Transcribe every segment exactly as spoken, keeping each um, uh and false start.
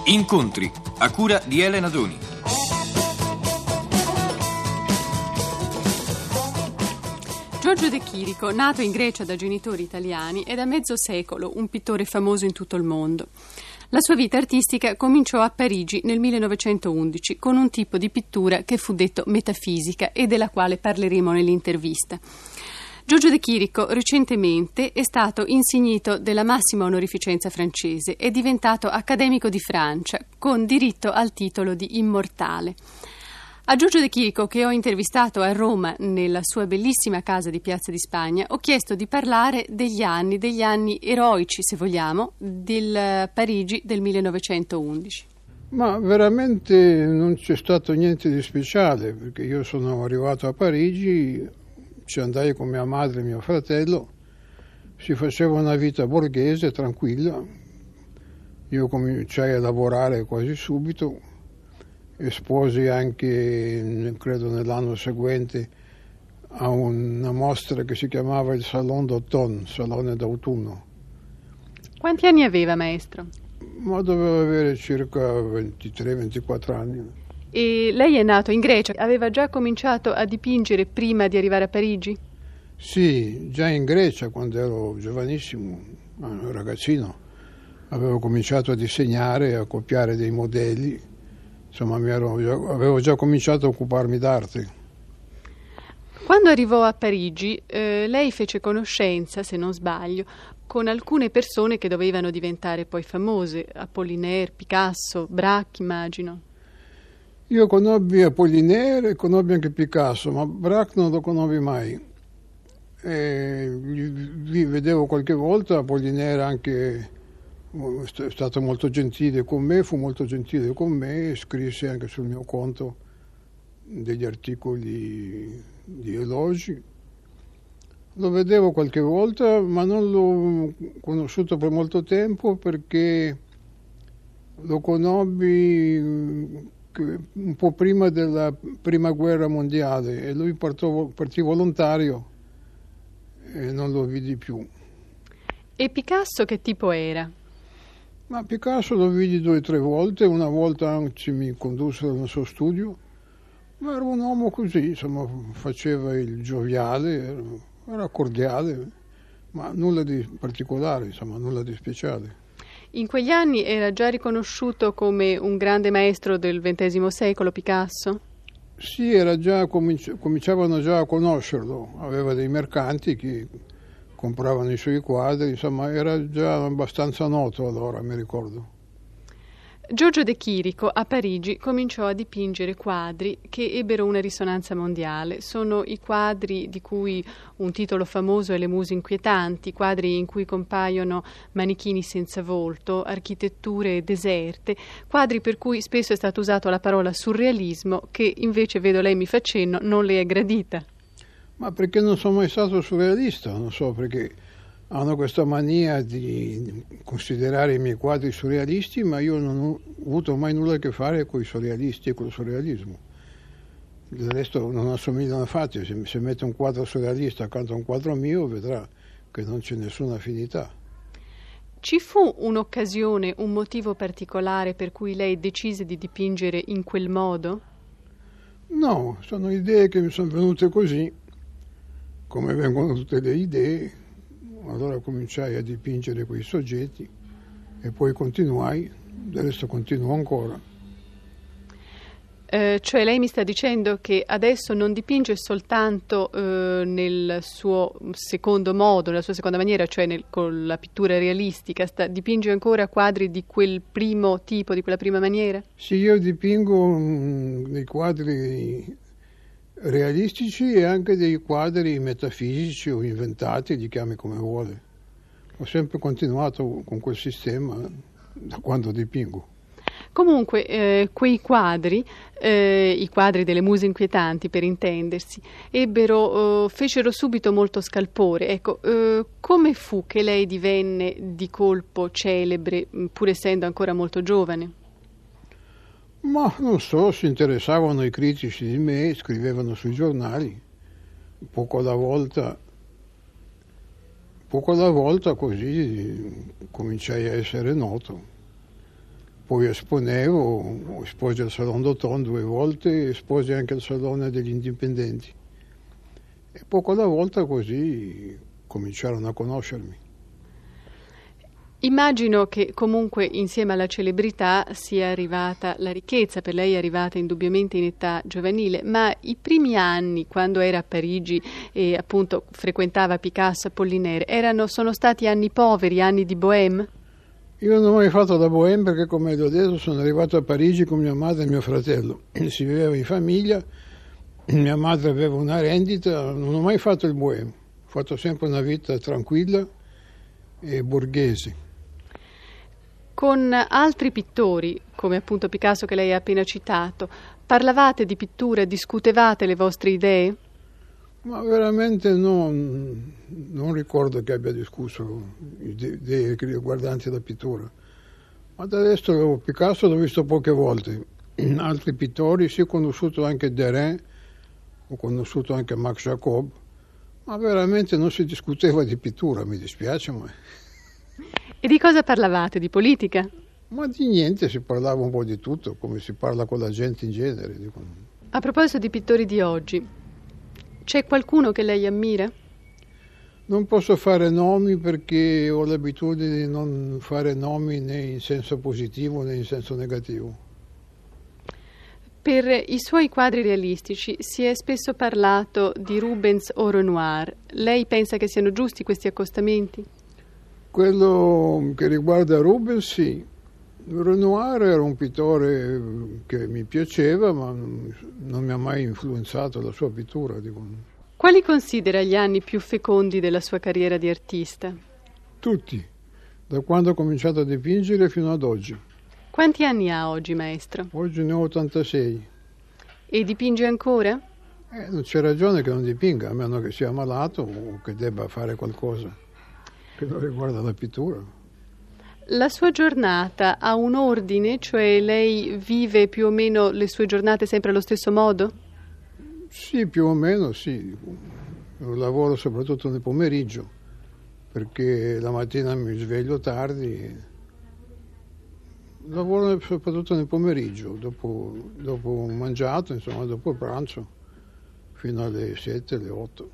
Incontri, a cura di Elena Doni. Giorgio De Chirico, nato in Grecia da genitori italiani, è da mezzo secolo un pittore famoso in tutto il mondo. La sua vita artistica cominciò a Parigi nel millenovecentoundici con un tipo di pittura che fu detto metafisica e della quale parleremo nell'intervista. Giorgio De Chirico recentemente è stato insignito della massima onorificenza francese e è diventato accademico di Francia con diritto al titolo di immortale. A Giorgio De Chirico, che ho intervistato a Roma nella sua bellissima casa di Piazza di Spagna, ho chiesto di parlare degli anni, degli anni eroici, se vogliamo, del Parigi del millenovecentoundici. Ma veramente non c'è stato niente di speciale, perché io sono arrivato a Parigi, ci andai con mia madre e mio fratello, si faceva una vita borghese, tranquilla. Io cominciai a lavorare quasi subito e sposi anche, credo nell'anno seguente, a una mostra che si chiamava il Salon d'automne, Salone d'autunno. Quanti anni aveva, maestro? Ma doveva avere circa ventitré ventiquattro anni. E lei è nato in Grecia, aveva già cominciato a dipingere prima di arrivare a Parigi? Sì, già in Grecia, quando ero giovanissimo, ragazzino, avevo cominciato a disegnare, a copiare dei modelli. Insomma, mi ero, avevo già cominciato a occuparmi d'arte. Quando arrivò a Parigi, eh, lei fece conoscenza, se non sbaglio, con alcune persone che dovevano diventare poi famose, Apollinaire, Picasso, Braque, immagino. Io conobbi Apollinaire e conobbi anche Picasso, ma Braque non lo conobbi mai. E vi vedevo qualche volta, Apollinaire anche è stato molto gentile con me, fu molto gentile con me, scrisse anche sul mio conto degli articoli di elogi. Lo vedevo qualche volta, ma non l'ho conosciuto per molto tempo perché lo conobbi un po' prima della prima guerra mondiale e lui partò, partì volontario e non lo vidi più. E Picasso che tipo era? Ma Picasso lo vidi due o tre volte, una volta anzi mi condusse nel suo studio, ma era un uomo così, insomma, faceva il gioviale, era, era cordiale, ma nulla di particolare, insomma, nulla di speciale. In quegli anni era già riconosciuto come un grande maestro del ventesimo secolo, Picasso? Sì, era già, cominci- cominciavano già a conoscerlo, aveva dei mercanti che compravano i suoi quadri, insomma era già abbastanza noto allora, mi ricordo. Giorgio De Chirico a Parigi cominciò a dipingere quadri che ebbero una risonanza mondiale. Sono i quadri di cui un titolo famoso è Le muse inquietanti, quadri in cui compaiono manichini senza volto, architetture deserte, quadri per cui spesso è stata usata la parola surrealismo, che invece, vedo lei mi fa cenno, non le è gradita. Ma perché non sono mai stato surrealista, non so perché hanno questa mania di considerare i miei quadri surrealisti, ma io non ho avuto mai nulla a che fare con i surrealisti e con il surrealismo. Del resto non assomigliano affatto, se, se metto un quadro surrealista accanto a un quadro mio vedrà che non c'è nessuna affinità. Ci fu un'occasione, un motivo particolare per cui lei decise di dipingere in quel modo? No, sono idee che mi sono venute così, come vengono tutte le idee. Allora cominciai a dipingere quei soggetti e poi continuai, adesso continuo ancora. Eh, cioè lei mi sta dicendo che adesso non dipinge soltanto eh, nel suo secondo modo, nella sua seconda maniera, cioè nel, con la pittura realistica, sta, dipinge ancora quadri di quel primo tipo, di quella prima maniera? Sì, io dipingo mh, dei quadri realistici e anche dei quadri metafisici o inventati, li chiami come vuole. Ho sempre continuato con quel sistema da quando dipingo. Comunque, eh, quei quadri, eh, i quadri delle muse inquietanti per intendersi, ebbero, eh, fecero subito molto scalpore. Ecco, eh, come fu che lei divenne di colpo celebre, pur essendo ancora molto giovane? Ma non so, si interessavano i critici di me, scrivevano sui giornali, poco alla volta, poco alla volta così cominciai a essere noto. poi esponevo, esposi al Salone d'Automne due volte, esposi anche al Salone degli Indipendenti. E poco alla volta così cominciarono a conoscermi. Immagino che comunque insieme alla celebrità sia arrivata la ricchezza, per lei è arrivata indubbiamente in età giovanile, ma i primi anni, quando era a Parigi e appunto frequentava Picasso, Apollinaire, erano, sono stati anni poveri, anni di bohème? Io non ho mai fatto la bohème perché, come ho detto, sono arrivato a Parigi con mia madre e mio fratello. Si viveva in famiglia, mia madre aveva una rendita, non ho mai fatto il bohème, ho fatto sempre una vita tranquilla e borghese. Con altri pittori, come appunto Picasso che lei ha appena citato, parlavate di pittura, discutevate le vostre idee? Ma veramente no, non ricordo che abbia discusso idee riguardanti la pittura. Ma da adesso Picasso l'ho visto poche volte. Altri pittori, sì, ho conosciuto anche Derain, ho conosciuto anche Max Jacob, ma veramente non si discuteva di pittura, mi dispiace, ma... E di cosa parlavate? Di politica? Ma di niente, si parlava un po' di tutto, come si parla con la gente in genere. A proposito di pittori di oggi, c'è qualcuno che lei ammira? Non posso fare nomi perché ho l'abitudine di non fare nomi né in senso positivo né in senso negativo. Per i suoi quadri realistici si è spesso parlato di Rubens o Renoir. Lei pensa che siano giusti questi accostamenti? Quello che riguarda Rubens, sì. Renoir era un pittore che mi piaceva, ma non mi ha mai influenzato la sua pittura. Dico. Quali considera gli anni più fecondi della sua carriera di artista? Tutti, da quando ho cominciato a dipingere fino ad oggi. Quanti anni ha oggi, maestro? Oggi ne ho ottantasei. E dipinge ancora? Eh, non c'è ragione che non dipinga, a meno che sia malato o che debba fare qualcosa che non riguarda la pittura. La sua giornata ha un ordine, cioè lei vive più o meno le sue giornate sempre allo stesso modo? Sì, più o meno sì. Io lavoro soprattutto nel pomeriggio, perché la mattina mi sveglio tardi. Lavoro soprattutto nel pomeriggio, dopo, dopo mangiato, insomma, dopo pranzo, fino alle sette, alle otto.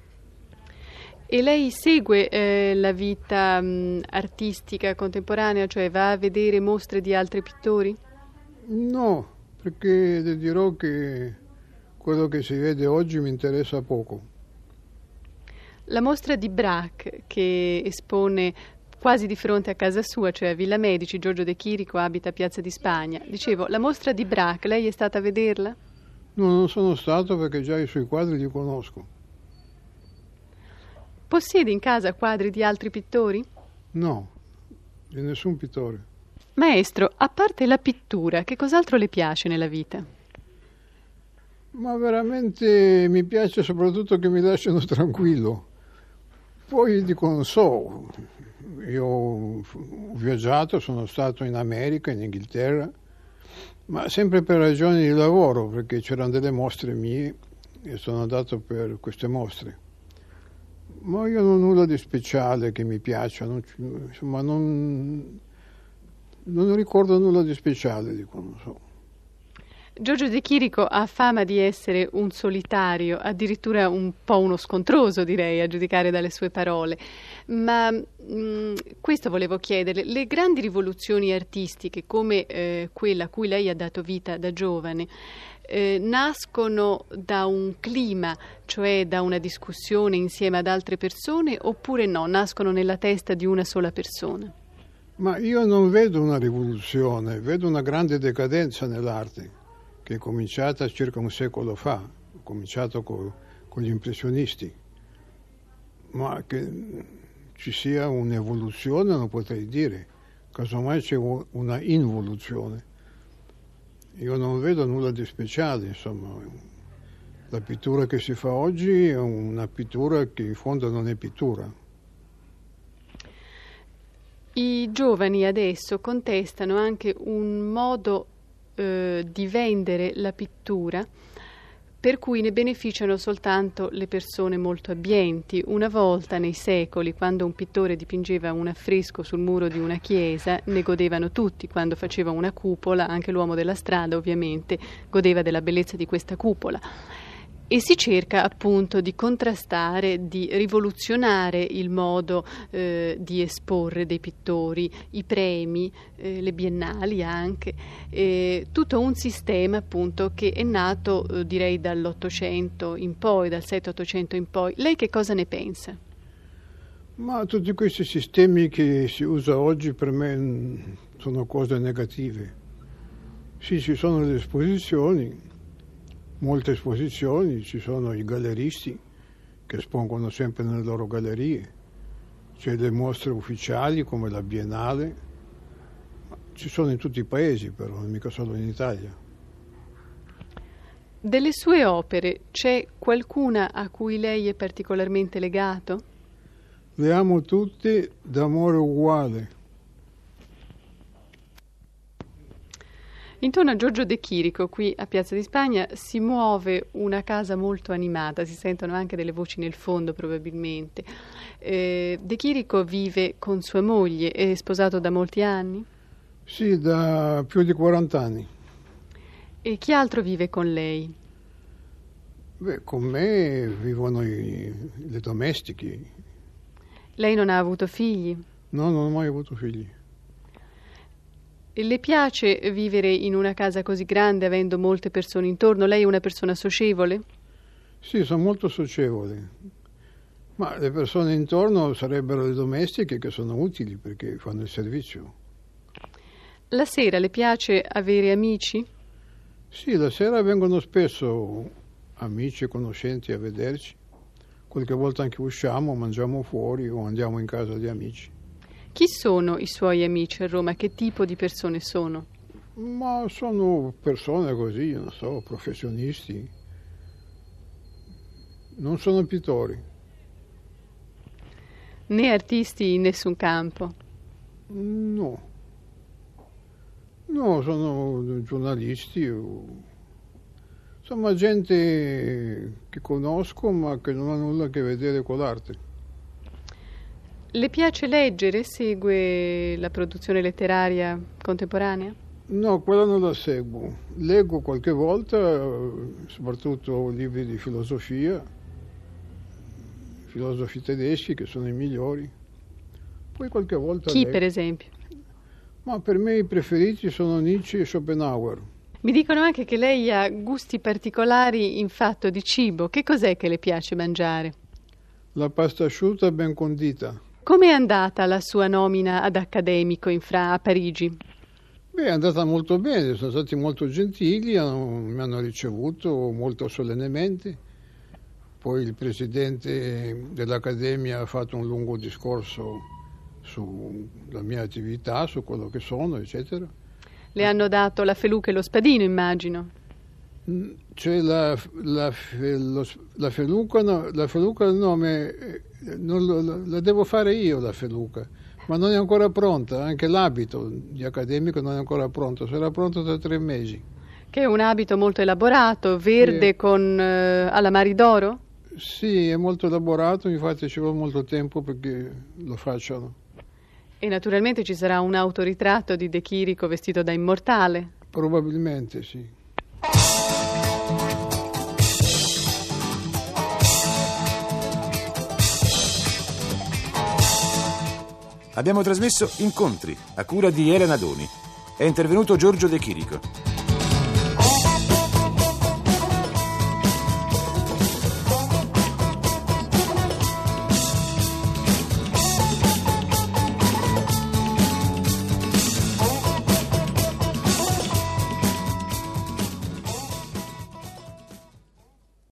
E lei segue eh, la vita mh, artistica contemporanea, cioè va a vedere mostre di altri pittori? No, perché le dirò che quello che si vede oggi mi interessa poco. La mostra di Braque, che espone quasi di fronte a casa sua, cioè a Villa Medici, Giorgio De Chirico abita a Piazza di Spagna. Dicevo, la mostra di Braque, lei è stata a vederla? No, non sono stato perché già i suoi quadri li conosco. Possiede in casa quadri di altri pittori? No, di nessun pittore. Maestro, a parte la pittura, che cos'altro le piace nella vita? Ma veramente mi piace soprattutto che mi lasciano tranquillo. Poi dico, non so, io ho viaggiato, sono stato in America, in Inghilterra, ma sempre per ragioni di lavoro, perché c'erano delle mostre mie e sono andato per queste mostre. Ma io non ho nulla di speciale che mi piaccia, non, insomma non, non ricordo nulla di speciale, dico, non so. Giorgio De Chirico ha fama di essere un solitario, addirittura un po' uno scontroso, direi, a giudicare dalle sue parole. Ma mh, questo volevo chiederle, le grandi rivoluzioni artistiche, come eh, quella a cui lei ha dato vita da giovane, eh, nascono da un clima, cioè da una discussione insieme ad altre persone, oppure no, nascono nella testa di una sola persona? Ma io non vedo una rivoluzione, vedo una grande decadenza nell'arte, che è cominciata circa un secolo fa, ho cominciato co, con gli impressionisti, ma che ci sia un'evoluzione non potrei dire, casomai c'è una involuzione. Io non vedo nulla di speciale, insomma, la pittura che si fa oggi è una pittura che in fondo non è pittura. I giovani adesso contestano anche un modo di vendere la pittura per cui ne beneficiano soltanto le persone molto abbienti. Una volta nei secoli, quando un pittore dipingeva un affresco sul muro di una chiesa, ne godevano tutti. Quando faceva una cupola, anche l'uomo della strada ovviamente godeva della bellezza di questa cupola. E si cerca appunto di contrastare, di rivoluzionare il modo eh, di esporre dei pittori, i premi, eh, le biennali anche, eh, tutto un sistema appunto che è nato eh, direi dall'Ottocento in poi, dal sette ottocento in poi. Lei che cosa ne pensa? Ma tutti questi sistemi che si usa oggi per me sono cose negative. Sì, ci sono le esposizioni, molte esposizioni, ci sono i galleristi che espongono sempre nelle loro gallerie, c'è le mostre ufficiali come la Biennale, ci sono in tutti i paesi però, non mica solo in Italia. Delle sue opere c'è qualcuna a cui lei è particolarmente legato? Le amo tutte d'amore uguale. Intorno a Giorgio De Chirico, qui a Piazza di Spagna, si muove una casa molto animata, si sentono anche delle voci nel fondo probabilmente. Eh, De Chirico vive con sua moglie, è sposato da molti anni? Sì, da più di quaranta anni. E chi altro vive con lei? Beh, con me vivono i, le domestiche. Lei non ha avuto figli? No, non ho mai avuto figli. Le piace vivere in una casa così grande, avendo molte persone intorno? Lei è una persona socievole? Sì, sono molto socievole, ma le persone intorno sarebbero le domestiche che sono utili perché fanno il servizio. La sera le piace avere amici? Sì, la sera vengono spesso amici e conoscenti a vederci, qualche volta anche usciamo, mangiamo fuori o andiamo in casa di amici. Chi sono i suoi amici a Roma? Che tipo di persone sono? Ma sono persone così, non so, professionisti. Non sono pittori. Né artisti in nessun campo? No. No, sono giornalisti, o... insomma gente che conosco ma che non ha nulla a che vedere con l'arte. Le piace leggere? Segue la produzione letteraria contemporanea? No, quella non la seguo. Leggo qualche volta, soprattutto libri di filosofia, filosofi tedeschi che sono i migliori. Poi qualche volta Chi leggo. Per esempio? Ma per me i preferiti sono Nietzsche e Schopenhauer. Mi dicono anche che lei ha gusti particolari in fatto di cibo. Che cos'è che le piace mangiare? La pasta asciutta ben condita. Come è andata la sua nomina ad accademico in Fra- a Parigi? Beh, è andata molto bene, sono stati molto gentili, hanno, mi hanno ricevuto molto solennemente. Poi il presidente dell'Accademia ha fatto un lungo discorso sulla mia attività, su quello che sono, eccetera. Le hanno dato la feluca e lo spadino, immagino. C'è la, la, lo, la feluca, no, la feluca il nome, non lo, la devo fare io la feluca, ma non è ancora pronta, anche l'abito di accademico non è ancora pronto, sarà pronto tra tre mesi. Che è un abito molto elaborato, verde sì. con eh, alamari d'oro? Sì, è molto elaborato, infatti ci vuole molto tempo perché lo facciano. E naturalmente ci sarà un autoritratto di De Chirico vestito da immortale? Probabilmente sì. Abbiamo trasmesso Incontri, a cura di Elena Doni. È intervenuto Giorgio De Chirico.